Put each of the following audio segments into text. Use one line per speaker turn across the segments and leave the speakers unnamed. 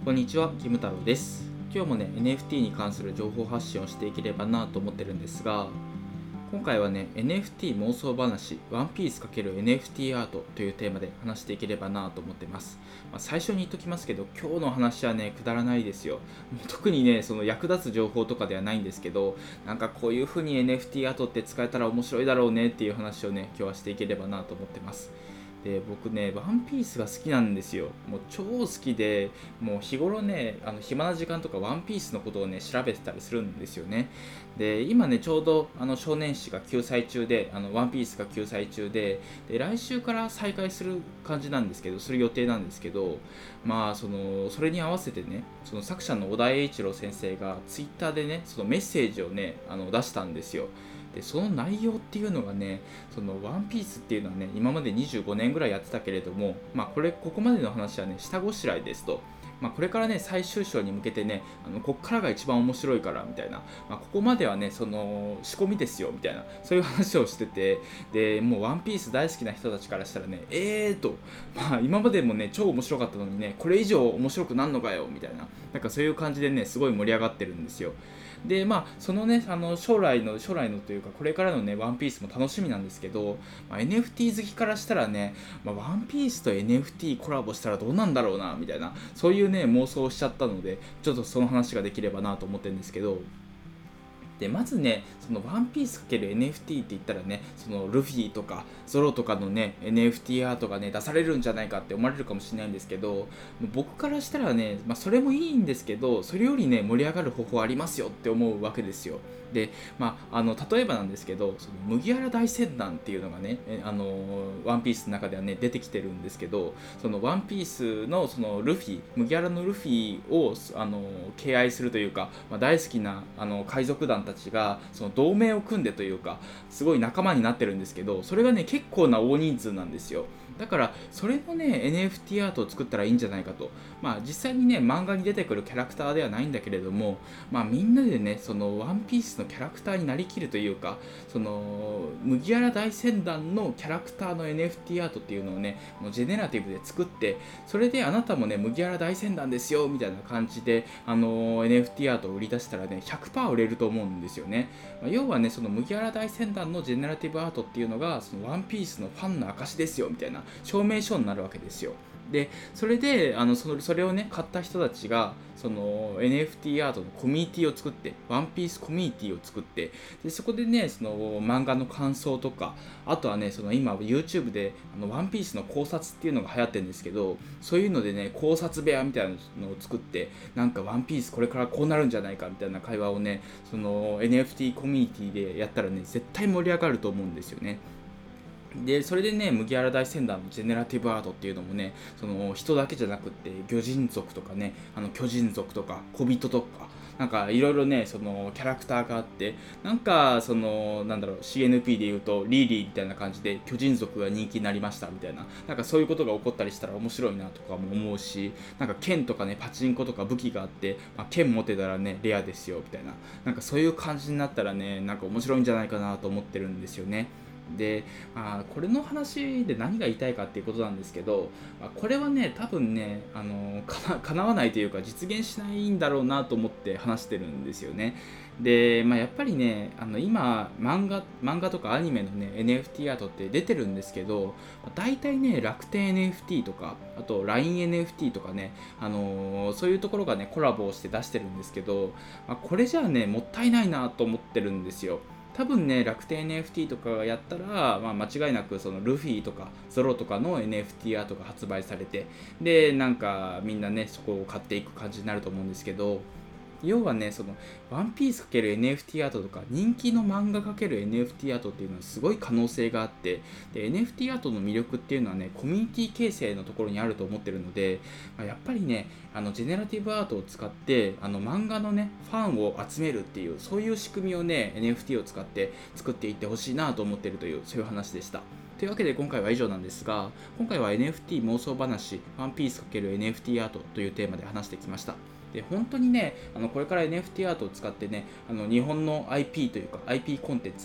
こんにちは、キム太郎です。今日もね、NFT に関する情報発信をしていければなと思ってるんですが、今回はね、NFT 妄想話、ワンピース ×NFT アートというテーマで話していければなと思ってます。最初に言っときますけど、今日の話はね、くだらないですよ。もう特にね、その役立つ情報とかではないんですけど、なんかこういう風に NFT アートって使えたら面白いだろうねっていう話をね、今日はしていければなと思ってます。で僕ね、ワンピースが好きなんですよ。もう超好きで、もう日頃ね、暇な時間とかワンピースのことをね、調べてたりするんですよね。で、今ね、ちょうど少年誌が救済中で、ワンピースが救済中で、来週から再開する感じなんですけど、する予定なんですけど、それに合わせてね、その作者の小田栄一郎先生がツイッターでね、そのメッセージをね、出したんですよ。でその内容っていうのがね、そのワンピースっていうのはね、今まで25年ぐらいやってたけれども、ここまでの話はね、下ごしらえですと。これからね、最終章に向けてね、こっからが一番面白いからみたいな、ここまではね、その仕込みですよみたいな、そういう話をしてて、でもうワンピース大好きな人たちからしたらね、今までもね、超面白かったのにね、これ以上面白くなんのかよみたいな、なんかそういう感じでね、すごい盛り上がってるんですよ。でそのね、将来のというか、これからのね、ワンピースも楽しみなんですけど、NFT 好きからしたらね、ワンピースと NFT コラボしたらどうなんだろうなみたいな、そういうね、妄想をしちゃったので、ちょっとその話ができればなと思ってるんですけど、でまずね、そのワンピース ×NFT って言ったらね、そのルフィとかゾロとかのね NFT アートがね出されるんじゃないかって思われるかもしれないんですけど、もう僕からしたらね、それもいいんですけど、それよりね盛り上がる方法ありますよって思うわけですよ。で、例えばなんですけど、その麦わら大船団っていうのがね、ワンピースの中ではね出てきてるんですけど、そのワンピースのそのルフィ、麦わらのルフィを敬愛するというか、大好きな海賊団たちがその同盟を組んでというか、すごい仲間になってるんですけど、それがね結構な大人数なんですよ。だからそれのね NFT アートを作ったらいいんじゃないかと。実際にね漫画に出てくるキャラクターではないんだけれども、みんなでねそのワンピースのキャラクターになりきるというか、その麦わら大船団のキャラクターの NFT アートっていうのをねジェネラティブで作って、それであなたもね麦わら大船団ですよみたいな感じでNFT アートを売り出したらね 100% 売れると思うんですよね。要はね、その麦わら大船団のジェネラティブアートっていうのがそのワンピースのファンの証ですよみたいな証明書になるわけですよ。でそれでそれをね買った人たちがその NFT アートのコミュニティを作って、ワンピースコミュニティを作って、でそこでねその漫画の感想とか、あとはねその今 YouTube でワンピースの考察っていうのが流行ってるんですけど、そういうのでね考察部屋みたいなのを作って、なんかワンピースこれからこうなるんじゃないかみたいな会話をね、その NFT コミュニティでやったらね絶対盛り上がると思うんですよね。でそれでね麦わら大船団のジェネラティブアートっていうのもね、その人だけじゃなくって魚人族とかね、巨人族とか小人とか、なんかいろいろねそのキャラクターがあって、なんかそのなんだろう CNP で言うとリーリーみたいな感じで巨人族が人気になりましたみたいな、なんかそういうことが起こったりしたら面白いなとかも思うし、なんか剣とかねパチンコとか武器があって、剣持てたらねレアですよみたいな、なんかそういう感じになったらね、なんか面白いんじゃないかなと思ってるんですよね。で、これの話で何が言いたいかっていうことなんですけど、これはね多分ね叶わないというか実現しないんだろうなと思って話してるんですよね。で、やっぱりね今漫画とかアニメのね NFT アートって出てるんですけど、大体ね楽天 NFT とか、あと LINE NFT とかね、そういうところがねコラボをして出してるんですけど、これじゃあねもったいないなと思ってるんですよ。多分ね楽天 NFT とかがやったら、間違いなくそのルフィとかゾロとかの NFT アートが発売されて、でなんかみんなねそこを買っていく感じになると思うんですけど、要はねそのワンピース ×NFT アートとか人気の漫画 ×NFT アートっていうのはすごい可能性があって、で NFT アートの魅力っていうのはねコミュニティ形成のところにあると思ってるので、やっぱりねジェネラティブアートを使って漫画のねファンを集めるっていう、そういう仕組みをね NFT を使って作っていってほしいなと思ってるという、そういう話でした。というわけで今回は以上なんですが、今回は NFT 妄想話ワンピース ×NFT アートというテーマで話してきました。で本当にねこれから NFT アートを使ってね日本の IP というか IP コンテンツ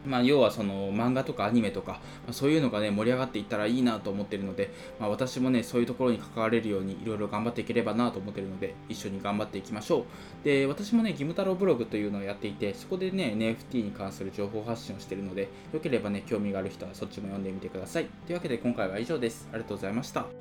要はその漫画とかアニメとか、そういうのがね盛り上がっていったらいいなと思ってるので、私もねそういうところに関われるようにいろいろ頑張っていければなと思ってるので、一緒に頑張っていきましょう。で、私もね義務太郎ブログというのをやっていて、そこでね NFT に関する情報発信をしているので、よければね興味がある人はそっちも読んでみてください。というわけで今回は以上です。ありがとうございました。